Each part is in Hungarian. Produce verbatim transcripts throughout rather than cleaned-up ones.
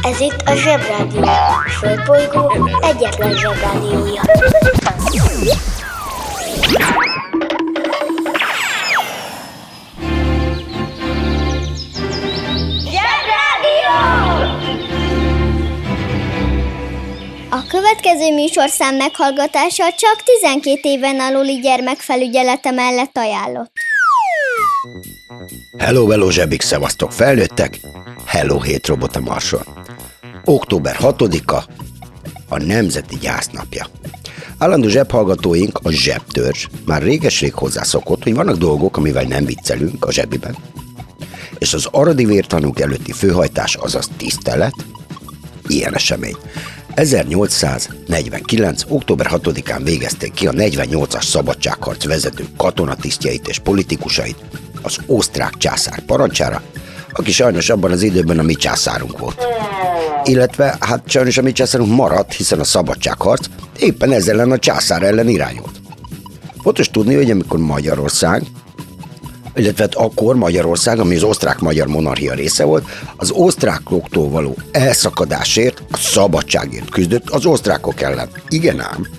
Ez itt a Zsebrádió, a Földbolygó egyetlen Zsebrádiója. Zsebrádió! A következő műsorszám meghallgatása csak tizenkét éven aluli gyermekfelügyelete mellett ajánlott. Hello, hello, zsebik, szevasztok, felnőttek! Hello, hét robot a Marson. október hatodika a Nemzeti Gyásznapja. Állandó zsebhallgatóink, a zsebtörzs már réges-rég hozzászokott, hogy vannak dolgok, amivel nem viccelünk a zsebiben. És az aradi vértanúk előtti főhajtás, azaz tisztelet, ilyen esemény. ezernyolcszáznegyvenkilenc. október hatodikán végezték ki a negyvennyolcas szabadságharc vezető katonatisztjeit és politikusait az osztrák császár parancsára, aki sajnos abban az időben a mi császárunk volt. Illetve, hát sajnos a mi császárunk maradt, hiszen a szabadságharc éppen ezzel ellen a császár ellen irányult. Fontos tudni, hogy amikor Magyarország, illetve hát akkor Magyarország, ami az osztrák-magyar monarchia része volt, az osztrákoktól való elszakadásért, a szabadságért küzdött az osztrákok ellen. Igen ám.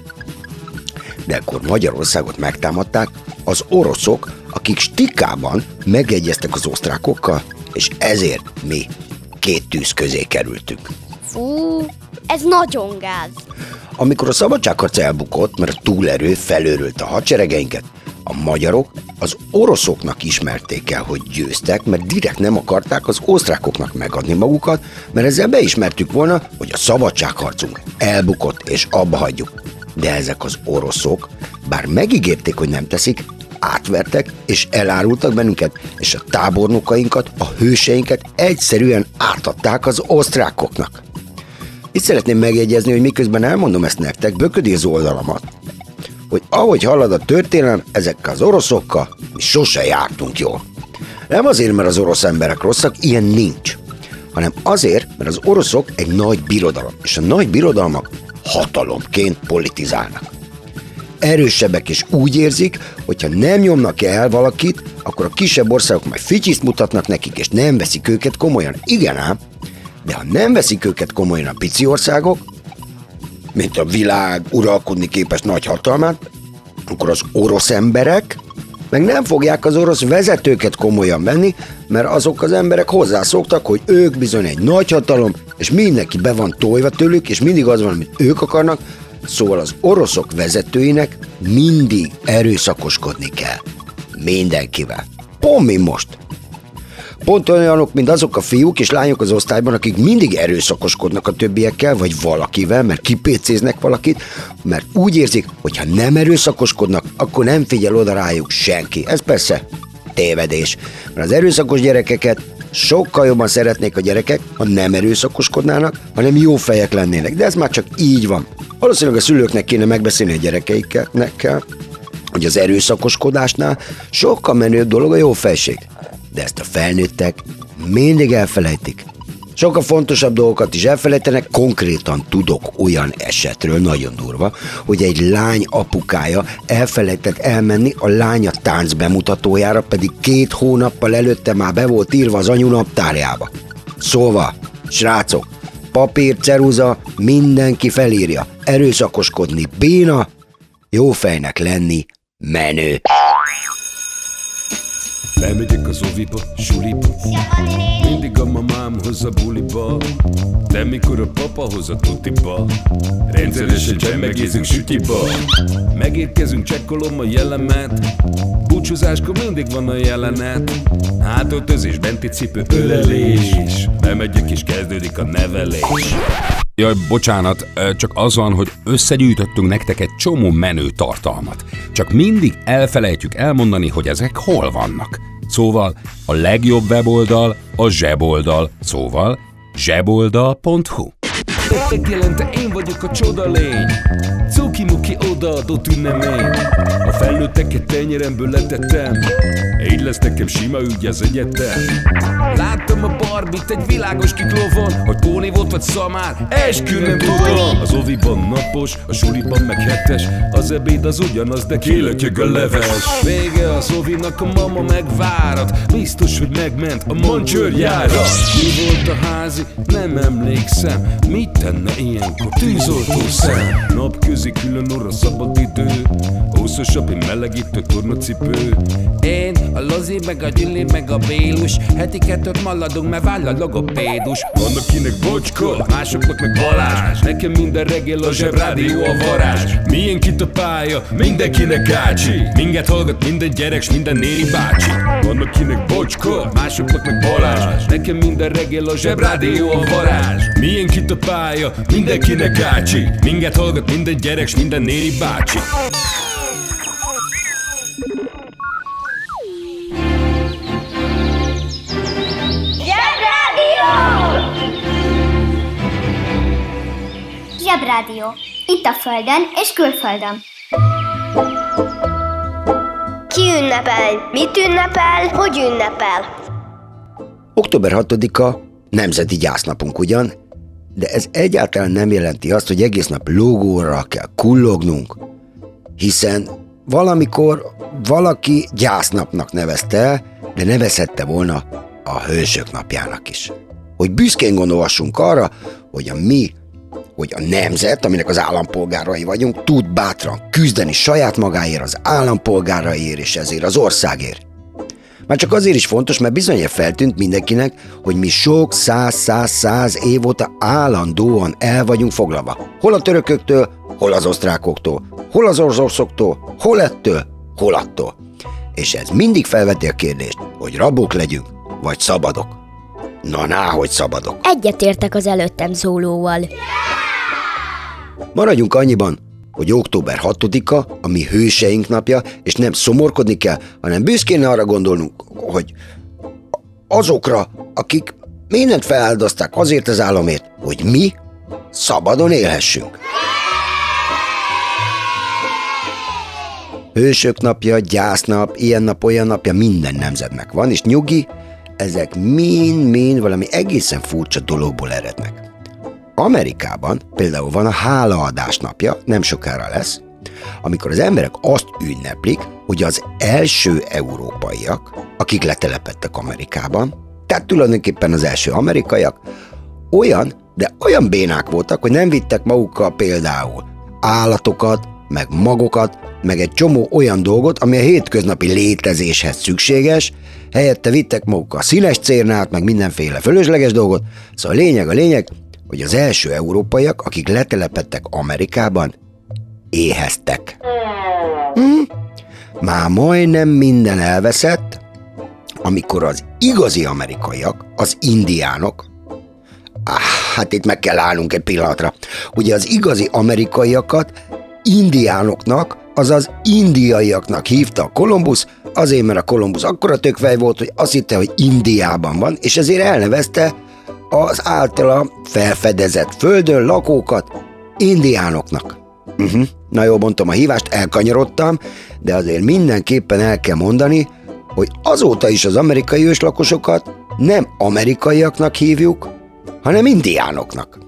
De akkor Magyarországot megtámadták az oroszok, akik stikában megegyeztek az osztrákokkal, és ezért mi két tűz közé kerültünk. Fú, ez nagyon gáz. Amikor a szabadságharc elbukott, mert a túlerő felőrült a hadseregeinket, a magyarok az oroszoknak ismerték el, hogy győztek, mert direkt nem akarták az osztrákoknak megadni magukat, mert ezzel beismertük volna, hogy a szabadságharcunk elbukott és abba hagyjuk. De ezek az oroszok, bár megígérték, hogy nem teszik, átvertek és elárultak bennünket, és a tábornokainkat, a hőseinket egyszerűen átadták az osztrákoknak. Itt szeretném megjegyezni, hogy miközben elmondom ezt nektek, böködi az oldalamat, hogy ahogy halad a történelem, ezekkel az oroszokkal mi sose jártunk jól. Nem azért, mert az orosz emberek rosszak, ilyen nincs, hanem azért, mert az oroszok egy nagy birodalom, és a nagy birodalmak hatalomként politizálnak. Erősebbek és úgy érzik, hogyha nem nyomnak el valakit, akkor a kisebb országok majd fityiszt mutatnak nekik, és nem veszik őket komolyan. Igen ám, de ha nem veszik őket komolyan a pici országok, mint a világ uralkodni képes nagy hatalmát, akkor az orosz emberek meg nem fogják az orosz vezetőket komolyan venni, mert azok az emberek hozzászoktak, hogy ők bizony egy nagy hatalom, és mindenki be van tojva tőlük, és mindig az van, amit ők akarnak, szóval az oroszok vezetőinek mindig erőszakoskodni kell. Mindenkivel. Pont mi most. Pont olyanok, mint azok a fiúk és lányok az osztályban, akik mindig erőszakoskodnak a többiekkel, vagy valakivel, mert kipécéznek valakit, mert úgy érzik, hogy ha nem erőszakoskodnak, akkor nem figyel oda rájuk senki. Ez persze tévedés, mert az erőszakos gyerekeket sokkal jobban szeretnék a gyerekek, ha nem erőszakoskodnának, hanem jó fejek lennének. De ez már csak így van. Valószínűleg a szülőknek kéne megbeszélni a gyerekeikkel, hogy az erőszakoskodásnál sokkal menőbb dolog a jó fejség. De ezt a felnőttek mindig elfelejtik. Sokkal fontosabb dolgokat is elfelejtenek, konkrétan tudok olyan esetről, nagyon durva, hogy egy lány apukája elfelejtett elmenni a lánya tánc bemutatójára, pedig két hónappal előtte már be volt írva az anyu naptárjába. Szóval, srácok, papír, ceruza, mindenki felírja. Erőszakoskodni béna, jó fejnek lenni menő. Bemegyek az oviba, suliba, mindig a mamám hoz a buliba, de mikor a papa hoz a tutiba, rendszeresen csemmegézünk sütiba. Megérkezünk, csekkolom a jellemet, búcsúzáskor mindig van a jelenet, hátöltözés, benti cipő, ölelés, bemegyek és kezdődik a nevelés. Jaj, bocsánat, csak az van, hogy összegyűjtöttünk nektek egy csomó menő tartalmat. Csak mindig elfelejtjük elmondani, hogy ezek hol vannak. Szóval a legjobb weboldal a zseboldal, szóval zseboldal pont hu. Megjelente én vagyok a csoda lény, cuki-muki odaadott ünnemény. A felnőtteket tenyeremből letettem, így lesz nekem sima ügy az egyetem. Láttam a baj Barbit egy világos kiklovon, hogy Póni volt vagy Szamár, eskü nem tudom. Az oviban napos, a suliban meg hetes, az ebéd az ugyanaz, de kilötyög a leves. Vége az ovinak, a mama megvárat, biztos, hogy megment a mancsőrjára. Mi volt a házi? Nem emlékszem. Mit tenne ilyenkor tűzoltó szem? Napközi külön orra szabad idő, húszosabb, én melegítő tornacipő. Én, a Lozi, meg a Gyüli, meg a Bélus, heti kettőt maladunk, mert váll a logopédus. Vannak kinek Bocska, másoknak meg Balázs, nekem minden reggel a Zsebrádió a varázs. Milyen kit a pálya, mindenkinek ácsi, minket hallgat minden gyerek, s minden néri bácsi. Vannak kinek Bocska, másoknak meg Balázs, nekem minden reggel a Zsebrádió a varázs. Milyen kit a pálya, mindenkinek ácsi, minket hallgat minden gyerek, s minden néri bácsi. Zsebrádió. Itt a Földön és külföldön. Ki ünnepel? Mit ünnepel? Hogy ünnepel? október hatodika nemzeti gyásznapunk ugyan, de ez egyáltalán nem jelenti azt, hogy egész nap lógóra kell kullognunk, hiszen valamikor valaki gyásznapnak nevezte, de nevezhette volna a hősök napjának is. Hogy büszkén gondolhassunk arra, hogy a mi, hogy a nemzet, aminek az állampolgárai vagyunk, tud bátran küzdeni saját magáért, az állampolgáraiért és ezért az országért. Már csak azért is fontos, mert bizonyára feltűnt mindenkinek, hogy mi sok száz-száz-száz év óta állandóan el vagyunk foglalva. Hol a törököktől, hol az osztrákoktól, hol az oroszoktól, hol ettől, hol attól. És ez mindig felveti a kérdést, hogy rabok legyünk, vagy szabadok. Na, náhogy szabadok. Egyetértek az előttem szólóval. Maradjunk annyiban, hogy október hatodika a mi hőseink napja, és nem szomorkodni kell, hanem büszkén arra gondolnunk, hogy azokra, akik mindent feláldozták azért az államért, hogy mi szabadon élhessünk. Hősök napja, gyásznap, ilyen nap, olyan napja minden nemzetnek van, és nyugi, ezek mind-mind valami egészen furcsa dologból erednek. Amerikában például van a hálaadás napja, nem sokára lesz, amikor az emberek azt ünneplik, hogy az első európaiak, akik letelepedtek Amerikában, tehát tulajdonképpen az első amerikaiak, olyan, de olyan bénák voltak, hogy nem vittek magukkal például állatokat, meg magokat, meg egy csomó olyan dolgot, ami a hétköznapi létezéshez szükséges, helyette vittek magukkal színes cérnát, meg mindenféle fölösleges dolgot, szóval a lényeg a lényeg, hogy az első európaiak, akik letelepedtek Amerikában, éheztek. Hm? Már majdnem minden elveszett, amikor az igazi amerikaiak, az indiánok, ah, hát itt meg kell állnunk egy pillanatra, ugye az igazi amerikaiakat indiánoknak, azaz indiaiaknak hívta a Kolumbusz, azért, mert a Kolumbusz akkora tökfej volt, hogy azt hitte, hogy Indiában van, és ezért elnevezte az általa felfedezett földön lakókat indiánoknak. Uh-huh. Na jó, mondtam a hívást, elkanyarodtam, de azért mindenképpen el kell mondani, hogy azóta is az amerikai őslakosokat nem amerikaiaknak hívjuk, hanem indiánoknak.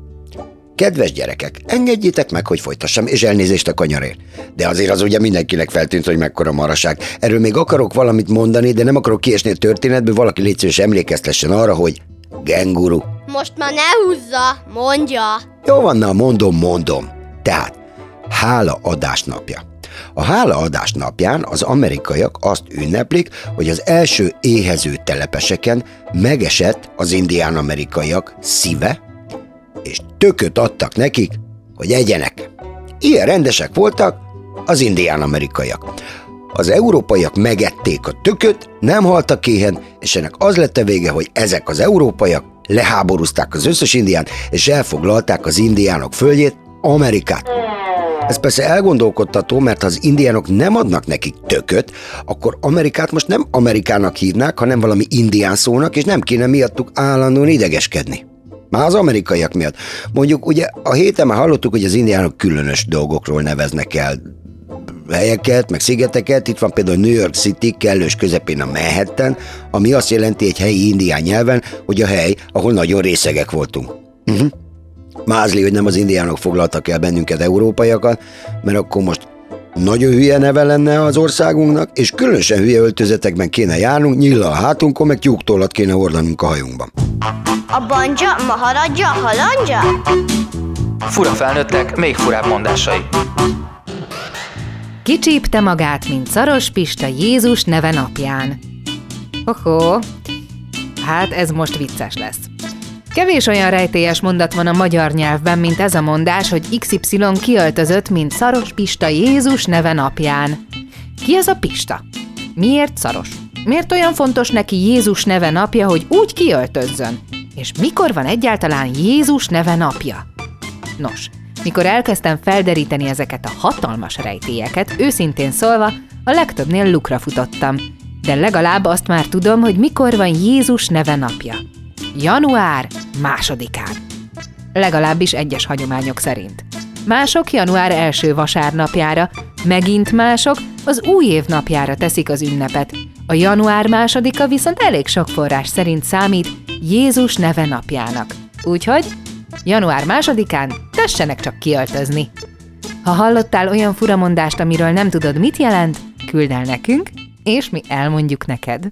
Kedves gyerekek, engedjétek meg, hogy folytassam, és elnézést a kanyarért. De azért az ugye mindenkinek feltűnt, hogy mekkora maraság. Erről még akarok valamit mondani, de nem akarok kiesni a történetből, valaki légy szíves emlékeztessen arra, hogy genguru. Most már ne húzza, mondja. Jó van, na, mondom, mondom. Tehát, hálaadás napja. A hálaadás napján az amerikaiak azt ünneplik, hogy az első éhező telepeseken megesett az indián amerikaiak szíve, és tököt adtak nekik, hogy egyenek. Ilyen rendesek voltak az indián amerikaiak. Az európaiak megették a tököt, nem haltak éhen, és ennek az lett a vége, hogy ezek az európaiak leháborúzták az összes indián, és elfoglalták az indiánok földjét, Amerikát. Ez persze elgondolkodtató, mert ha az indiánok nem adnak nekik tököt, akkor Amerikát most nem Amerikának hívnák, hanem valami indián szónak, és nem kéne miattuk állandóan idegeskedni. Már az amerikaiak miatt. Mondjuk ugye a héten már hallottuk, hogy az indiánok különös dolgokról neveznek el helyeket, meg szigeteket. Itt van például New York City, kellős közepén a Manhattan, ami azt jelenti egy helyi indián nyelven, hogy a hely, ahol nagyon részegek voltunk. Uh-huh. Mázli, hogy nem az indiánok foglaltak el bennünket, európaiakat, mert akkor most nagyon hülye neve lenne az országunknak, és különösen hülye öltözetekben kéne járnunk, nyilla a hátunkon, meg tyúktollat kéne hordanunk a hajunkban. A banja, maharadja, halandja? Fura felnőttek, még furább mondásai. Kicsípte magát, mint Szaros Pista Jézus neve napján. Hoho, hát ez most vicces lesz. Kevés olyan rejtélyes mondat van a magyar nyelvben, mint ez a mondás, hogy iksz ipszilon kiöltözött, mint Szaros Pista Jézus neve napján. Ki ez a Pista? Miért szaros? Miért olyan fontos neki Jézus neve napja, hogy úgy kiöltözzön? És mikor van egyáltalán Jézus neve napja? Nos, mikor elkezdtem felderíteni ezeket a hatalmas rejtélyeket, őszintén szólva, a legtöbbnél lukra futottam. De legalább azt már tudom, hogy mikor van Jézus neve napja. Január másodikán. Legalábbis egyes hagyományok szerint. Mások január első vasárnapjára, megint mások az új év napjára teszik az ünnepet. A január másodika viszont elég sok forrás szerint számít Jézus neve napjának. Úgyhogy január másodikán tessenek csak kiöltözni. Ha hallottál olyan furamondást, amiről nem tudod, mit jelent, küldd el nekünk, és mi elmondjuk neked.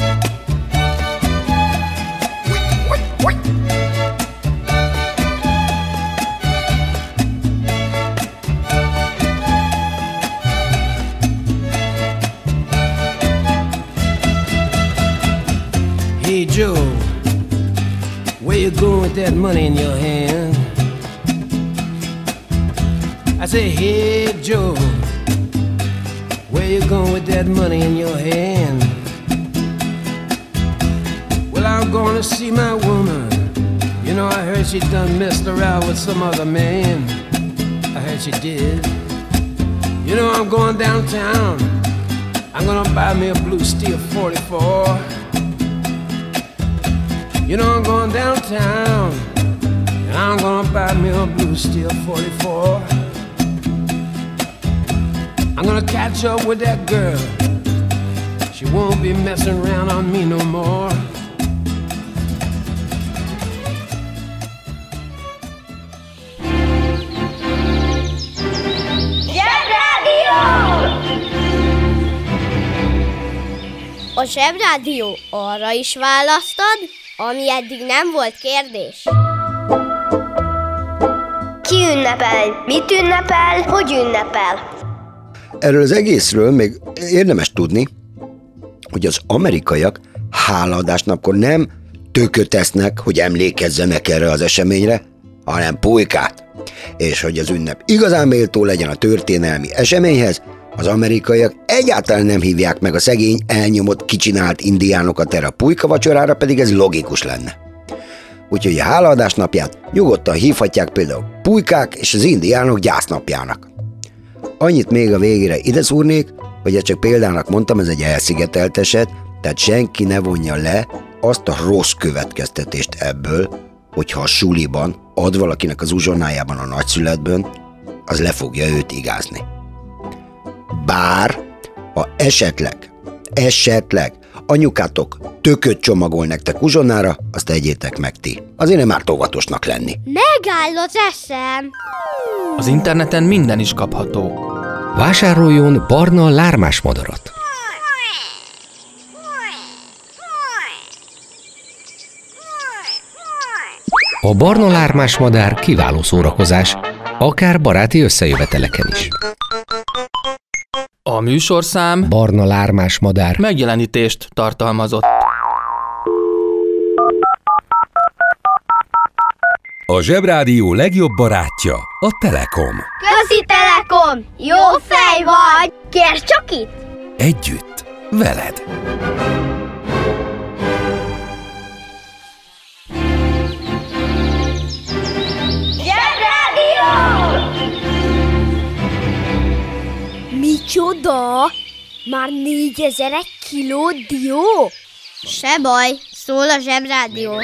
Hey Joe, where you going with that money in your hand? I say, hey Joe, where you going with that money in your hand? Well, I'm going to see my woman. You know, I heard she done messed around with some other man. I heard she did. You know, I'm going downtown. I'm gonna buy me a blue steel forty-four. You know I'm going downtown, and I'm gonna buy me a blue steel forty-four. I'm gonna catch up with that girl. She won't be messing around on me no more. A Zsebrádió arra is választad, ami eddig nem volt kérdés. Ki ünnepel? Mit ünnepel? Hogy ünnepel? Erről az egészről még érdemes tudni, hogy az amerikaiak hálaadásnapkor nem tököt esznek, hogy emlékezzenek erre az eseményre, hanem pulykát. És hogy az ünnep igazán méltó legyen a történelmi eseményhez, az amerikaiak egyáltalán nem hívják meg a szegény, elnyomott, kicsinált indiánokat erre a pulyka vacsorára, pedig ez logikus lenne. Úgyhogy a hálaadás napját nyugodtan hívhatják például pulykák és az indiánok gyásznapjának. Annyit még a végére ide szúrnék, hogy ezt csak példának mondtam, ez egy elszigetelt eset, tehát senki ne vonja le azt a rossz következtetést ebből, hogyha a suliban ad valakinek az uzsonnájában a nagyszületből, az le fogja őt igázni. Bár, ha esetleg, esetleg anyukátok tököt csomagol nektek uzsonnára, azt tegyétek meg ti. Azért nem árt óvatosnak lenni. Megáll az eszem! Az interneten minden is kapható. Vásároljon barna lármás madarat. A barna lármás madár kiváló szórakozás, akár baráti összejöveteleken is. A műsorszám Barna lármás madár megjelenítést tartalmazott. A Zsebrádió legjobb barátja a Telekom. Közi Telekom! Jó fej vagy! Kérd csak itt! Együtt, veled. Zsebrádió! Micsoda? Már négyezer kiló dió? Se baj, szól a Zsebrádió.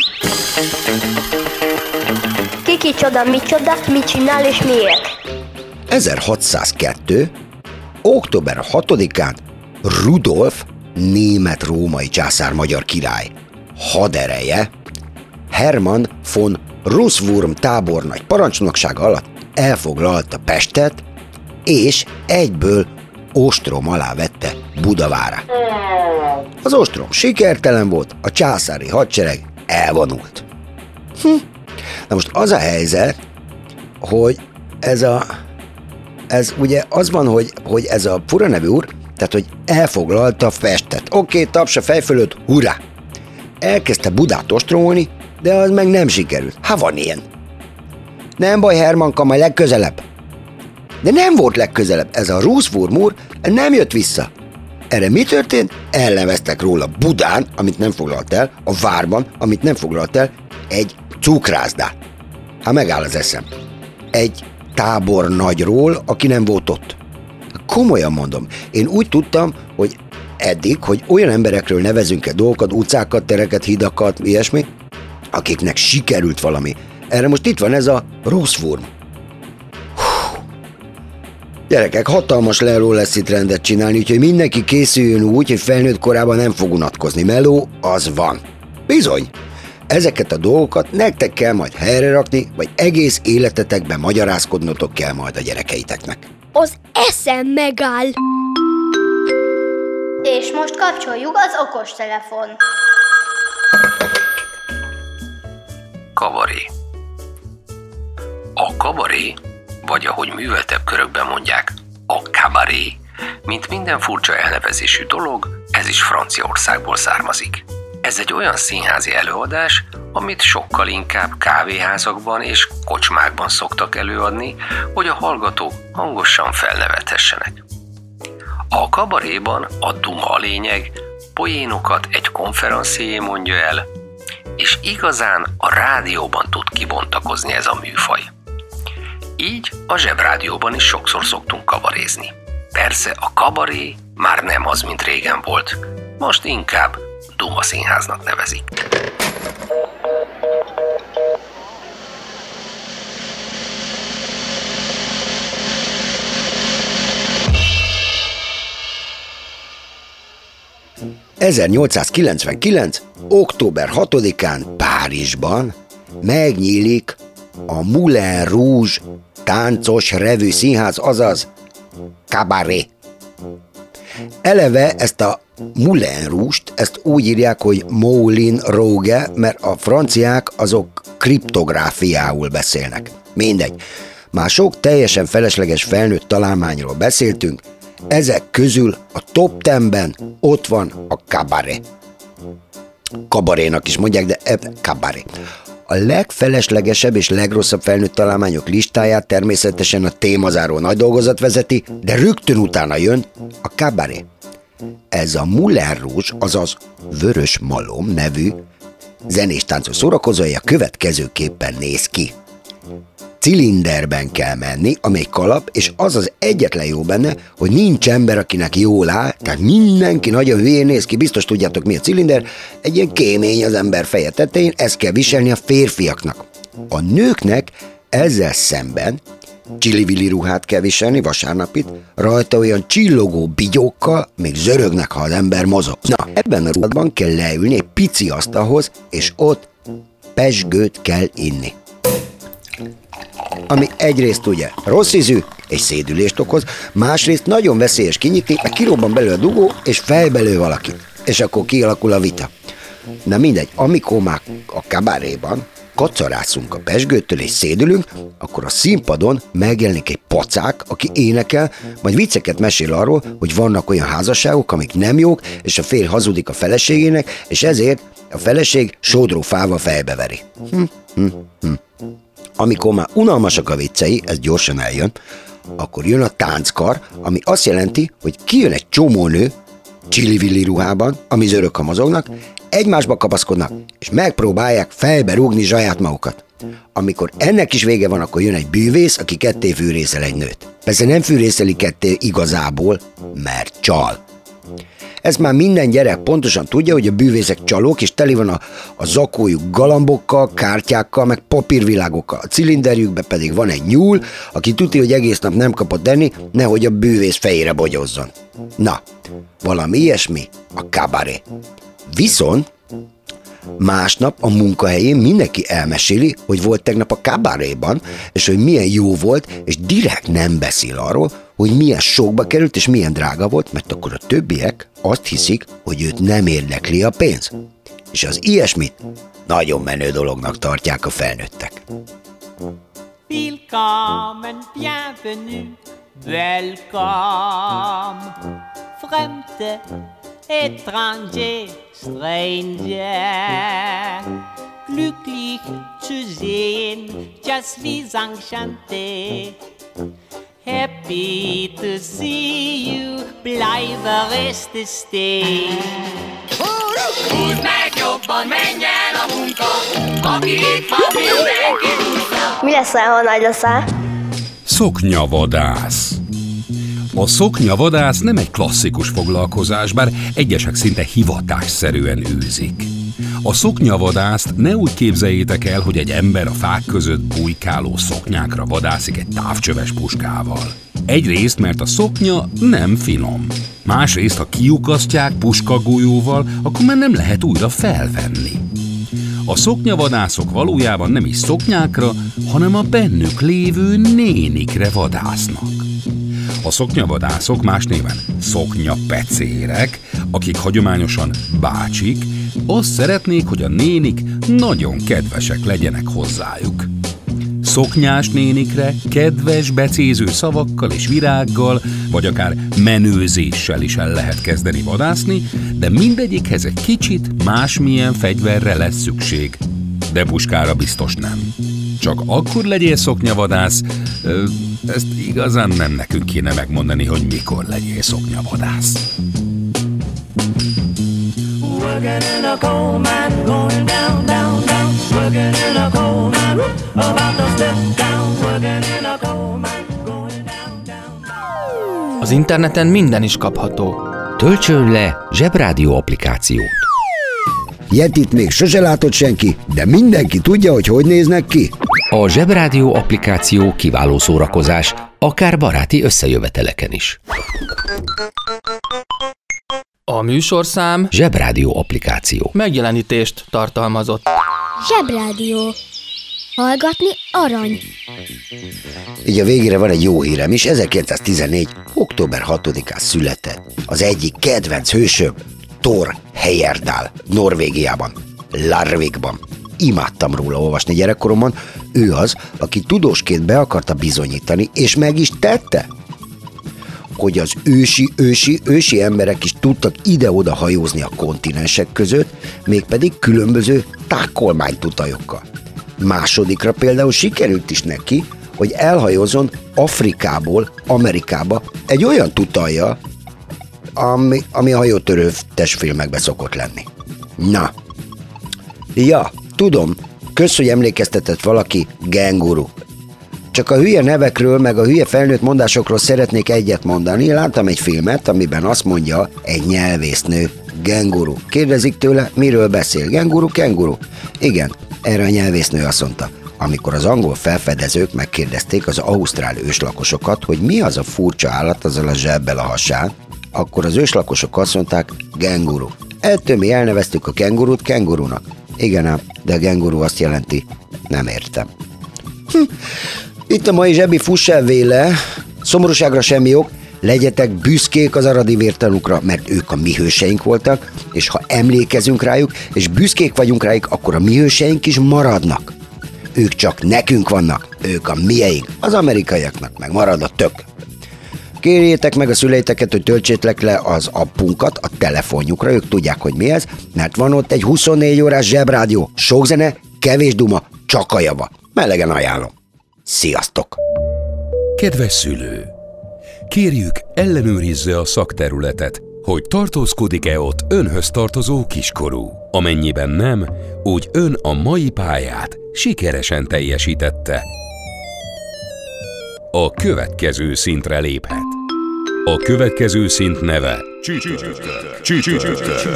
Ki kicsoda, micsoda, mit csinál és miért? ezerhatszázkettő. október hatodikán Rudolf, német-római császár-magyar király hadereje Hermann von Russwurm tábornagy parancsnoksága alatt elfoglalta Pestet, és egyből ostrom alá vette Budavárát. Az ostrom sikertelen volt, a császári hadsereg elvonult. Hm. Na most az a helyzet, hogy ez a... Ez ugye az van, hogy, hogy ez a fura nevű úr, tehát hogy elfoglalta Pestet. Oké, okay, taps a fej fölött, hurrá! Elkezdte Budát ostromolni, de az meg nem sikerült. Ha van ilyen. Nem baj, Hermanka, majd legközelebb. De nem volt legközelebb. Ez a Russwurm úr nem jött vissza. Erre mi történt? Elneveztek róla Budán, amit nem foglalt el, a várban, amit nem foglalt el, egy cukrászdát. Hát megáll az eszem. Egy tábornagyról, aki nem volt ott. Komolyan mondom, én úgy tudtam, hogy eddig, hogy olyan emberekről nevezünk el dolgokat, utcákat, tereket, hidakat, ilyesmi, akiknek sikerült valami. Erre most itt van ez a Russwurm. Gyerekek, hatalmas leló lesz itt rendet csinálni, úgyhogy mindenki készüljön úgy, hogy felnőtt korában nem fog unatkozni. Meló, az van. Bizony. Ezeket a dolgokat nektek kell majd helyre rakni, vagy egész életetekben magyarázkodnotok kell majd a gyerekeiteknek. Az eszem megáll. És most kapcsoljuk az okostelefon. Kabaré. A kabaré, vagy ahogy műveltebb körökben mondják, a kabaré, mint minden furcsa elnevezésű dolog, ez is Franciaországból származik. Ez egy olyan színházi előadás, amit sokkal inkább kávéházakban és kocsmákban szoktak előadni, hogy a hallgatók hangosan felnevethessenek. A kabaréban a duma a lényeg, poénokat egy konferencié mondja el, és igazán a rádióban tud kibontakozni ez a műfaj. Így a Zsebrádióban is sokszor szoktunk kabarézni. Persze a kabaré már nem az, mint régen volt, most inkább Duma színháznak nevezik. ezernyolcszázkilencvenkilenc. október hatodikán Párizsban megnyílik a Moulin Rouge táncos revű színház, azaz kabaré. Eleve ezt a Moulin Rouge-t, ezt úgy írják, hogy Moulin Rouge, mert a franciák azok kriptográfiául beszélnek. Mindegy. Már sok teljesen felesleges felnőtt találmányról beszéltünk, ezek közül a top tízben ott van a kabaré. Kabarénak is mondják, de eb- kabaré. A legfeleslegesebb és legrosszabb felnőtt találmányok listáját természetesen a témazáró nagy dolgozat vezeti, de rögtön utána jön a kabaré. Ez a Moulin Rouge, azaz Vörös Malom nevű zenés táncos szórakozója következőképpen néz ki. Cilinderben kell menni, ami egy kalap, és az az egyetlen jó benne, hogy nincs ember, akinek jól áll, tehát mindenki nagyon hülyén néz ki, biztos tudjátok mi a cilinder, egy ilyen kémény az ember feje tetején, ezt kell viselni a férfiaknak. A nőknek ezzel szemben csili-vili ruhát kell viselni, vasárnapit, rajta olyan csillogó bigyókkal, még zörögnek, ha az ember mozog. Na, ebben a ruhában kell leülni egy pici asztalhoz, és ott pezsgőt kell inni. Ami egyrészt ugye rossz ízű és szédülést okoz, másrészt nagyon veszélyes kinyitni, mert kirobban belőle a dugó, és fejbelő valakit. És akkor kialakul a vita. Na mindegy, amikor már a kabaréban kacarászunk a pezsgőtől és szédülünk, akkor a színpadon megjelenik egy pacák, aki énekel, majd vicceket mesél arról, hogy vannak olyan házasságok, amik nem jók, és a férj hazudik a feleségének, és ezért a feleség sodrófával fejbeveri. Hm, hm, hm. Amikor már unalmasak a viccei, ez gyorsan eljön, akkor jön a tánckar, ami azt jelenti, hogy kijön egy csomó nő, csili-villi ruhában, ami zörög, ha mozognak, egymásba kapaszkodnak, és megpróbálják fejbe rúgni saját magukat. Amikor ennek is vége van, akkor jön egy bűvész, aki ketté fűrészel egy nőt. Persze nem fűrészeli ketté igazából, mert csal. Ezt már minden gyerek pontosan tudja, hogy a bűvészek csalók, és teli van a, a zakójuk galambokkal, kártyákkal, meg papírvilágokkal. A cilinderjükben pedig van egy nyúl, aki tudja, hogy egész nap nem kapott enni, nehogy a bűvész fejére bogyozzon. Na, valami ilyesmi a kabaré. Viszont másnap a munkahelyén mindenki elmeséli, hogy volt tegnap a kabaréban, és hogy milyen jó volt, és direkt nem beszél arról, hogy milyen sokba került, és milyen drága volt, mert akkor a többiek azt hiszik, hogy őt nem érdekli a pénz. És az ilyesmit nagyon menő dolognak tartják a felnőttek. Willkommen, bienvenue, welcome, fremde, étranger, stranger, glücklich zu sehen, just vis enchanté, happy to see you, bleibe reste stay. Húzd meg jobban, menj el a munka, aki itt van, mindenki húzza. Mi leszel, ha nagy leszel? Szoknyavadász. A szoknyavadász nem egy klasszikus foglalkozás, bár egyesek szinte hivatásszerűen űzik. A szoknyavadászt ne úgy képzeljétek el, hogy egy ember a fák között bujkáló szoknyákra vadászik egy távcsöves puskával. Egyrészt, mert a szoknya nem finom. Másrészt, ha kiukasztják puskagolyóval, akkor már nem lehet újra felvenni. A szoknyavadászok valójában nem is szoknyákra, hanem a bennük lévő nénikre vadásznak. A szoknyavadászok, más néven szoknyapecérek, akik hagyományosan bácsik, azt szeretnék, hogy a nénik nagyon kedvesek legyenek hozzájuk. Szoknyás nénikre kedves, becéző szavakkal és virággal, vagy akár menőzéssel is el lehet kezdeni vadászni, de mindegyikhez egy kicsit másmilyen fegyverre lesz szükség. De puskára biztos nem. Csak akkor legyél szoknyavadász, ezt igazán nem nekünk kéne megmondani, hogy mikor legyél szoknyavadász. Az interneten minden is kapható. Töltsön le Zsebrádió applikációt. Yetit még sose látott senki, de mindenki tudja, hogy hogy néznek ki. A Zsebrádió applikáció kiváló szórakozás, akár baráti összejöveteleken is. A műsorszám Zsebrádió applikáció megjelenítést tartalmazott. Zsebrádió. Hallgatni arany. Így a végére van egy jó hírem is. ezerkilencszáztizennégy. október hatodikán született az egyik kedvenc hősöm, Thor Heyerdahl, Norvégiában, Larvikban. Imádtam róla olvasni gyerekkoromban. Ő az, aki tudósként be akarta bizonyítani, és meg is tette, hogy az ősi, ősi, ősi emberek is tudtak ide-oda hajózni a kontinensek között, mégpedig különböző tágkolmánytutajokkal. Másodikra például sikerült is neki, hogy elhajózzon Afrikából Amerikába egy olyan tutajjal, ami, ami a hajótörő testfilmekbe szokott lenni. Na, ja, tudom, kösz, hogy emlékeztetett valaki, Genguru. Csak a hülye nevekről, meg a hülye felnőtt mondásokról szeretnék egyet mondani. Láttam egy filmet, amiben azt mondja egy nyelvésznő, Genguru. Kérdezik tőle, miről beszél? Genguru, kenguru? Igen, erre a nyelvésznő azt mondta. Amikor az angol felfedezők megkérdezték az ausztrál őslakosokat, hogy mi az a furcsa állat azzal a zsebbel a hasán, akkor az őslakosok azt mondták, genguru. Ettől mi elneveztük a kengurut kengurunak. Igen ám, de a genguru azt jelenti, nem értem. Hm. Itt a mai zsebi fuss el véle, szomorúságra semmi ok, legyetek büszkék az aradi vértanúkra, mert ők a mi hőseink voltak, és ha emlékezünk rájuk, és büszkék vagyunk rájuk, akkor a mi hőseink is maradnak. Ők csak nekünk vannak, ők a mieink, az amerikaiaknak meg marad a tök. Kérjétek meg a szüleiteket, hogy töltsétek le az appunkat a telefonjukra, ők tudják, hogy mi ez, mert van ott egy huszonnégy órás zsebrádió, sok zene, kevés duma, csak a java. Melegen ajánlom. Sziasztok! Kedves szülő! Kérjük, ellenőrizze a szakterületet, hogy tartózkodik-e ott önhöz tartozó kiskorú. Amennyiben nem, úgy ön a mai pályát sikeresen teljesítette. A következő szintre léphet. A következő szint neve Csütörtök. Csütörtök.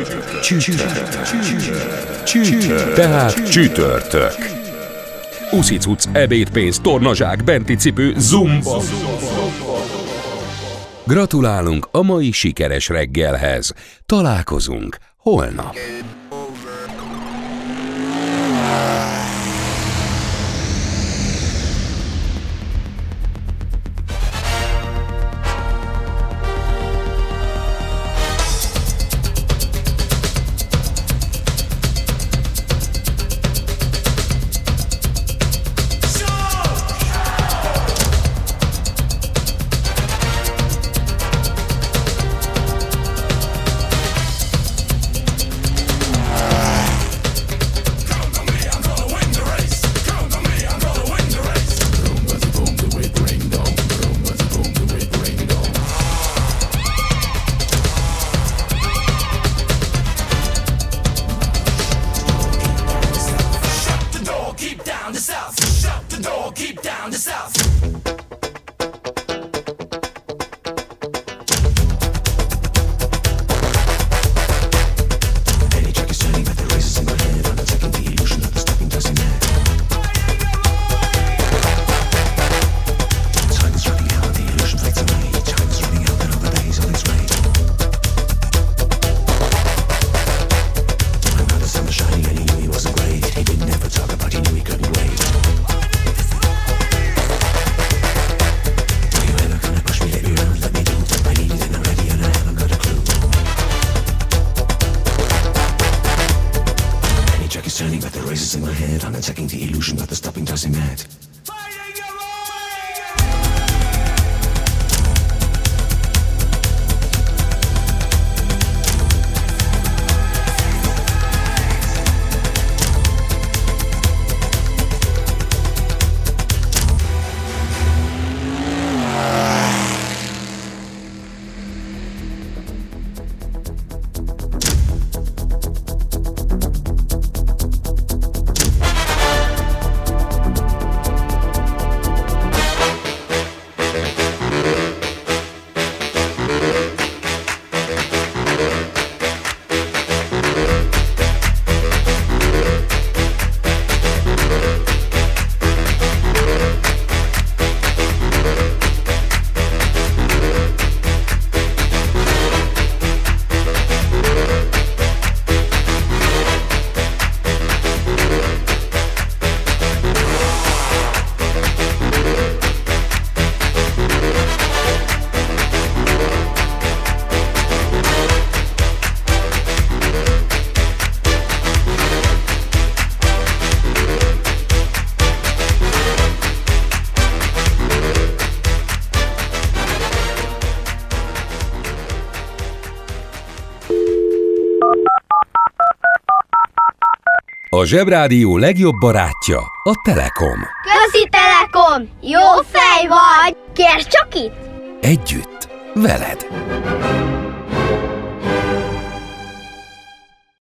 Csütörtök. Tehát csütörtök. Uszicuc, ebédpénz, tornazsák, benti cipő, zumba. Gratulálunk a mai sikeres reggelhez. Találkozunk holnap. A Zsebrádió legjobb barátja a Telekom. Közi Telekom! Jó fej vagy! Kérd csak itt! Együtt, veled!